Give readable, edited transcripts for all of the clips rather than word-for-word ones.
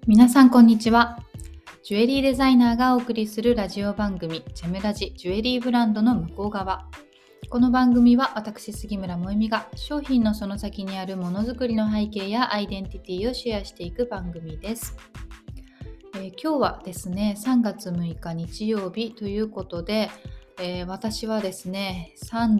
皆さんこんにちは。ジュエリーデザイナーがお送りするラジオ番組ジェムラジジュエリーブランドの向こう側。この番組は私杉村萌実が商品のその先にあるものづくりの背景やアイデンティティをシェアしていく番組です。今日はですね3月6日日曜日ということで、私はですね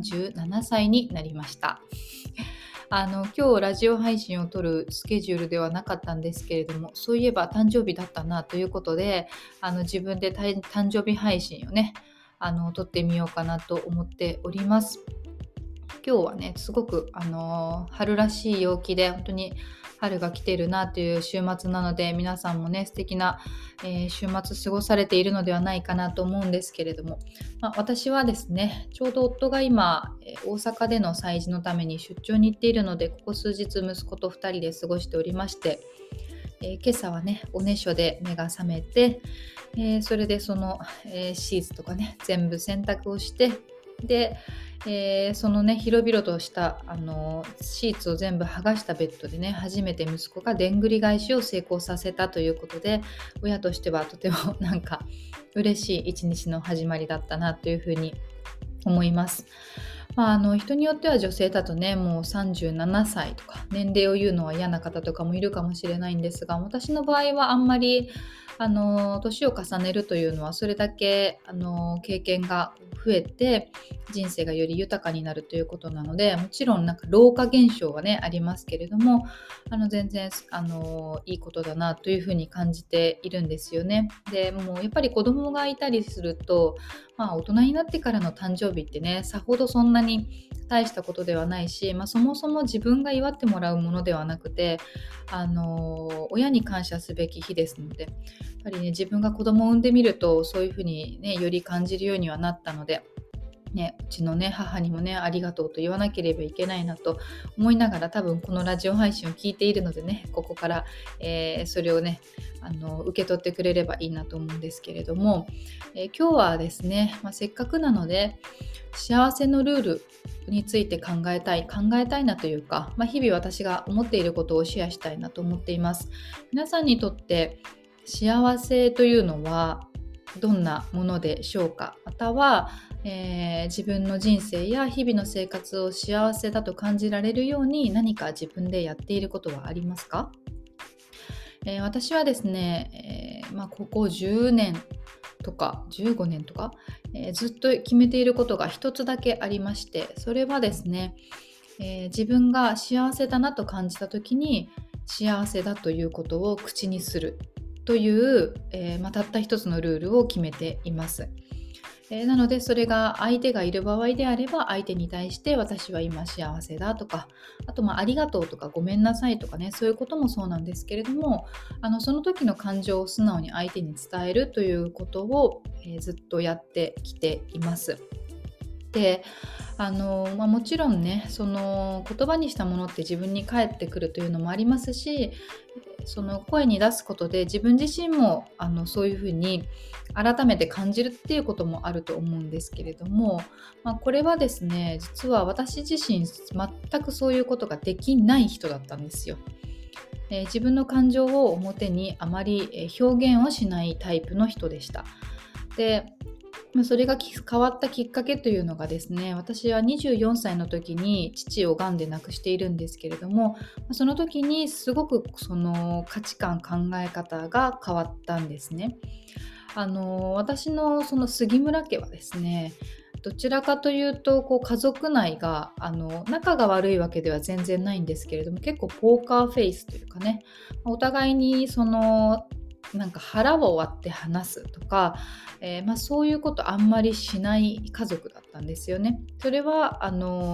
37歳になりました。今日ラジオ配信を撮るスケジュールではなかったんですけれども、そういえば誕生日だったなということで、自分で誕生日配信をね撮ってみようかなと思っております。今日はねすごく春らしい陽気で、本当に春が来ているなという週末なので、皆さんもね素敵な、週末過ごされているのではないかなと思うんですけれども、私はですねちょうど夫が今、大阪での催事のために出張に行っているので、ここ数日息子と2人で過ごしておりまして、今朝はねおねしょで目が覚めて、それでその、シーツとかね全部洗濯をして、で、そのね広々としたシーツを全部剥がしたベッドでね初めて息子がでんぐり返しを成功させたということで、親としてはとてもなんか嬉しい一日の始まりだったなというふうに思います。人によっては女性だとねもう37歳とか年齢を言うのは嫌な方とかもいるかもしれないんですが、私の場合はあんまり年を重ねるというのはそれだけ経験が増えて人生がより豊かになるということなので、もちろんなんか老化現象はねありますけれども、全然いいことだなというふうに感じているんですよね。でもうやっぱり子供がいたりすると、大人になってからの誕生日ってねさほどそんなに大したことではないし、そもそも自分が祝ってもらうものではなくて、親に感謝すべき日ですので、やっぱりね自分が子供を産んでみるとそういうふうにねより感じるようにはなったので、うちのね母にもねありがとうと言わなければいけないなと思いながら、多分このラジオ配信を聞いているのでね、ここから、それをね受け取ってくれればいいなと思うんですけれども、今日はですね、せっかくなので幸せのルールについて考えたいなというか、日々私が思っていることをシェアしたいなと思っています。皆さんにとって幸せというのはどんなものでしょうか。または、自分の人生や日々の生活を幸せだと感じられるように何か自分でやっていることはありますか？私はですね、ここ10年とか15年とか、ずっと決めていることが一つだけありまして、それはですね、自分が幸せだなと感じた時に幸せだということを口にするという、たった一つのルールを決めています。なのでそれが相手がいる場合であれば、相手に対して私は今幸せだとか、あとありがとうとかごめんなさいとかね、そういうこともそうなんですけれども、その時の感情を素直に相手に伝えるということを、ずっとやってきています。でもちろんねその言葉にしたものって自分に返ってくるというのもありますし、その声に出すことで自分自身もそういうふうに改めて感じるっていうこともあると思うんですけれども、これはですね実は私自身全くそういうことができない人だったんですよ。自分の感情を表にあまり表現をしないタイプの人でした。でそれが変わったきっかけというのがですね、私は24歳の時に父を癌で亡くしているんですけれども、その時にすごくその価値観考え方が変わったんですね。私のその杉村家はですね、どちらかというと家族内が仲が悪いわけでは全然ないんですけれども、結構ポーカーフェイスというかね、お互いにそのなんか腹を割って話すとか、そういうことあんまりしない家族だったんですよね。それは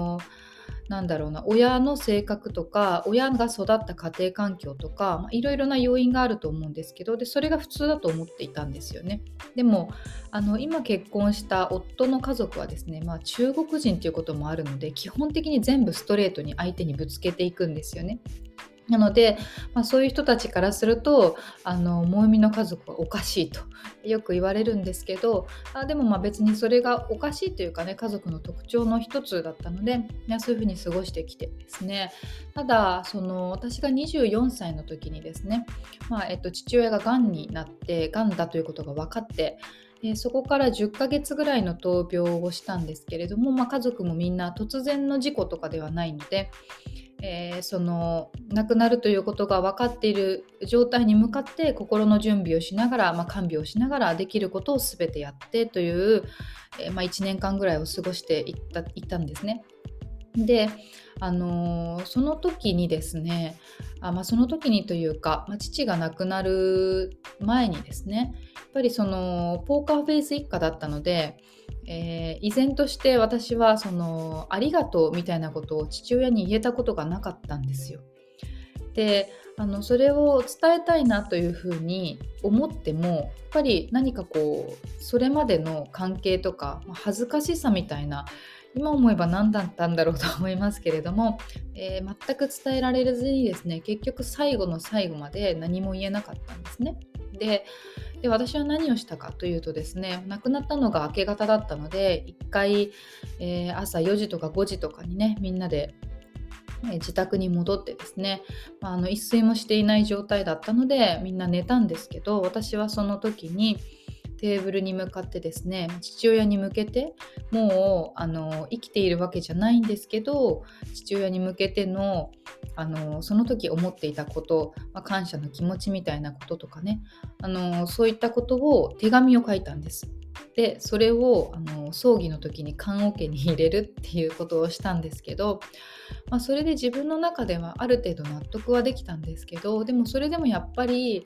親の性格とか親が育った家庭環境とか、いろいろな要因があると思うんですけど、でそれが普通だと思っていたんですよね。でも今結婚した夫の家族はですね、中国人ということもあるので、基本的に全部ストレートに相手にぶつけていくんですよね。 なので、そういう人たちからすると萌実の家族はおかしいとよく言われるんですけど、でも別にそれがおかしいというかね、家族の特徴の一つだったので、そういうふうに過ごしてきてですね。ただ私が24歳の時にですね、父親ががんになってがんだということが分かって、そこから10ヶ月ぐらいの闘病をしたんですけれども、家族もみんな突然の事故とかではないので、亡くなるということが分かっている状態に向かって心の準備をしながら、看病しながらできることを全てやってという、1年間ぐらいを過ごしていったんですね。で、その時にですね、その時にというか、父が亡くなる前にですね、やっぱりポーカーフェイス一家だったので、依然として私はありがとうみたいなことを父親に言えたことがなかったんですよ。で、それを伝えたいなというふうに思っても、やっぱり何かそれまでの関係とか、恥ずかしさみたいな、今思えば何だったんだろうと思いますけれども、全く伝えられずにですね、結局最後の最後まで何も言えなかったんですね。で私は何をしたかというとですね、亡くなったのが明け方だったので、1回、朝4時とか5時とかにね、みんなで自宅に戻ってですね、一睡もしていない状態だったのでみんな寝たんですけど、私はその時にテーブルに向かってですね、父親に向けて、もう生きているわけじゃないんですけど、父親に向けてのその時思っていたこと、感謝の気持ちみたいなこととかね、そういったことを手紙を書いたんです。でそれを葬儀の時に棺桶に入れるっていうことをしたんですけど、それで自分の中ではある程度納得はできたんですけど、でもそれでもやっぱり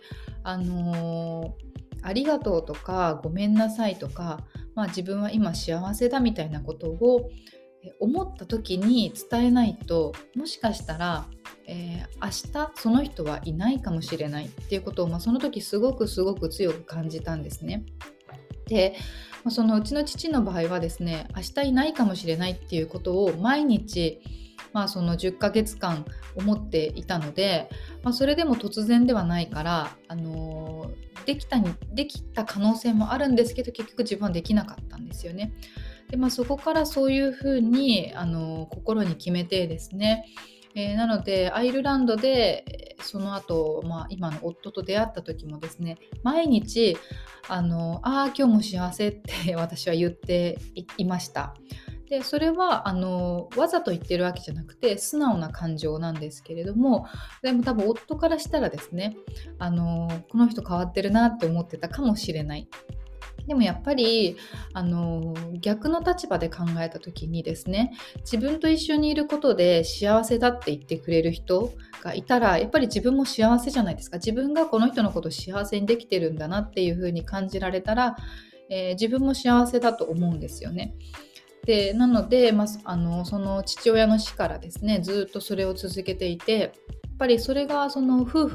ありがとうとかごめんなさいとか、自分は今幸せだみたいなことを思った時に伝えないと、もしかしたら、明日その人はいないかもしれないっていうことを、その時すごく強く感じたんですね。で、そのうちの父の場合はですね、明日いないかもしれないっていうことを毎日、その10ヶ月間思っていたので、それでも突然ではないから、できた可能性もあるんですけど、結局自分はできなかったんですよね。で、そこからそういうふうに心に決めてですね、なのでアイルランドでその後、今の夫と出会った時もですね、毎日今日も幸せって私は言っていました。でそれはわざと言ってるわけじゃなくて素直な感情なんですけれども、でも多分夫からしたらですね、この人変わってるなって思ってたかもしれない。でもやっぱり逆の立場で考えた時にですね、自分と一緒にいることで幸せだって言ってくれる人がいたら、やっぱり自分も幸せじゃないですか。自分がこの人のことを幸せにできてるんだなっていう風に感じられたら、自分も幸せだと思うんですよね。でなので、その父親の死からですね、ずっとそれを続けていて、やっぱりそれがその夫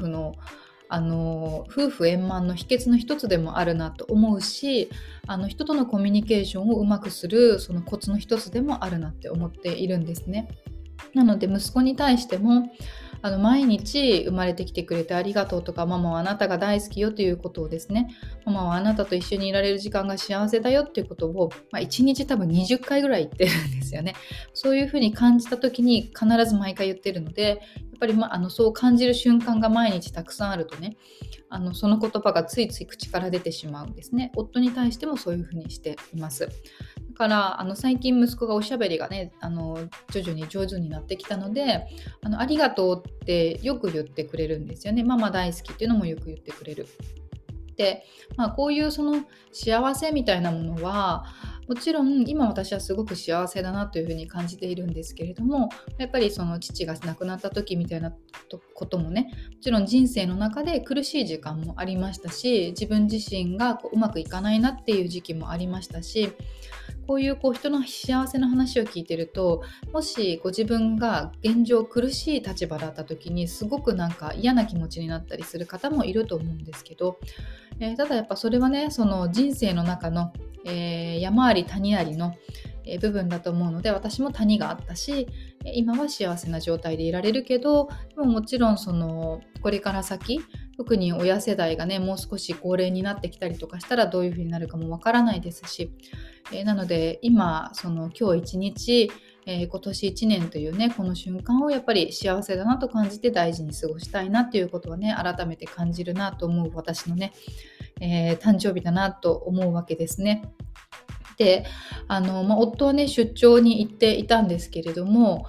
婦円満の秘訣の一つでもあるなと思うし、人とのコミュニケーションをうまくするそのコツの一つでもあるなって思っているんですね。なので息子に対しても毎日生まれてきてくれてありがとうとか、ママはあなたが大好きよということをですね、ママはあなたと一緒にいられる時間が幸せだよっていうことを、1日多分20回ぐらい言ってるんですよね。そういうふうに感じた時に必ず毎回言ってるので、やっぱり、そう感じる瞬間が毎日たくさんあるとね、その言葉がついつい口から出てしまうんですね。夫に対してもそういうふうにしています。だから最近息子がおしゃべりがね徐々に上手になってきたので、ありがとうってよく言ってくれるんですよね。ママ大好きっていうのもよく言ってくれる。で、こういうその幸せみたいなものはもちろん今私はすごく幸せだなというふうに感じているんですけれども、やっぱりその父が亡くなった時みたいなこともね、もちろん人生の中で苦しい時間もありましたし、自分自身がうまくいかないなっていう時期もありましたし、こういう人の幸せの話を聞いてると、もしご自分が現状苦しい立場だった時にすごく嫌な気持ちになったりする方もいると思うんですけど、ただやっぱそれはね、その人生の中の、山あり谷ありの、 部分だと思うので、私も谷があったし、今は幸せな状態でいられるけど、でももちろんこれから先、特に親世代がねもう少し高齢になってきたりとかしたらどういう風になるかもわからないですし、なので今今日一日、今年1年というねこの瞬間をやっぱり幸せだなと感じて大事に過ごしたいなっていうことはね改めて感じるなと思う私のね、誕生日だなと思うわけですね。で、夫はね出張に行っていたんですけれども、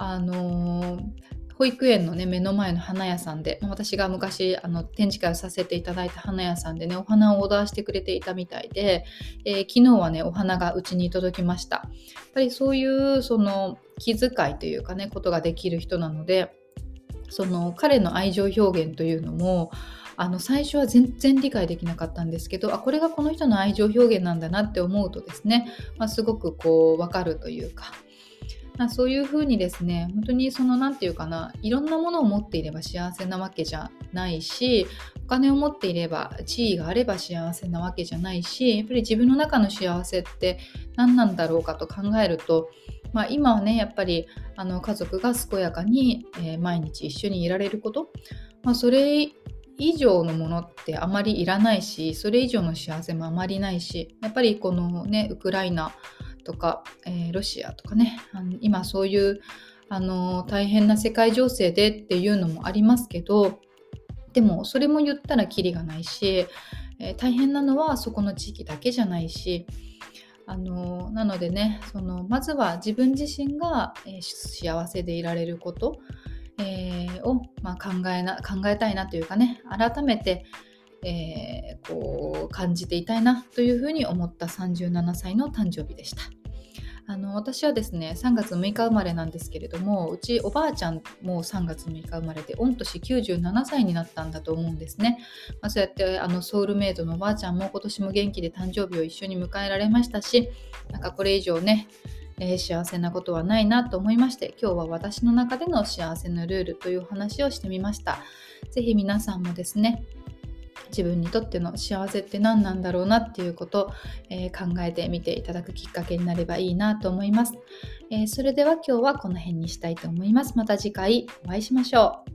保育園のね目の前の花屋さんで、私が昔展示会をさせていただいた花屋さんでねお花をオーダーしてくれていたみたいで、昨日はねお花がうちに届きました。やっぱりそういう気遣いというかねことができる人なので、彼の愛情表現というのも最初は全然理解できなかったんですけど、これがこの人の愛情表現なんだなって思うとですね、すごく分かるというか、そういうふうにですね、本当になんていうかな、いろんなものを持っていれば幸せなわけじゃないし、お金を持っていれば地位があれば幸せなわけじゃないし、やっぱり自分の中の幸せって何なんだろうかと考えると、今はねやっぱり家族が健やかに、毎日一緒にいられること、それ以上のものってあまりいらないし、それ以上の幸せもあまりないし、やっぱりこのねウクライナとか、ロシアとかね、今そういう大変な世界情勢でっていうのもありますけど、でもそれも言ったらキリがないし、大変なのはそこの地域だけじゃないし、なのでねまずは自分自身が、幸せでいられること、を、考えたいなというかね、改めて、感じていたいなというふうに思った37歳の誕生日でした。私はですね3月6日生まれなんですけれども、うちおばあちゃんも3月6日生まれで、御年97歳になったんだと思うんですね。そうやってソウルメイドのおばあちゃんも今年も元気で誕生日を一緒に迎えられましたし、これ以上ね、幸せなことはないなと思いまして、今日は私の中での幸せのルールという話をしてみました。ぜひ皆さんもですね、自分にとっての幸せって何なんだろうなっていうことを、考えてみていただくきっかけになればいいなと思います。それでは今日はこの辺にしたいと思います。また次回お会いしましょう。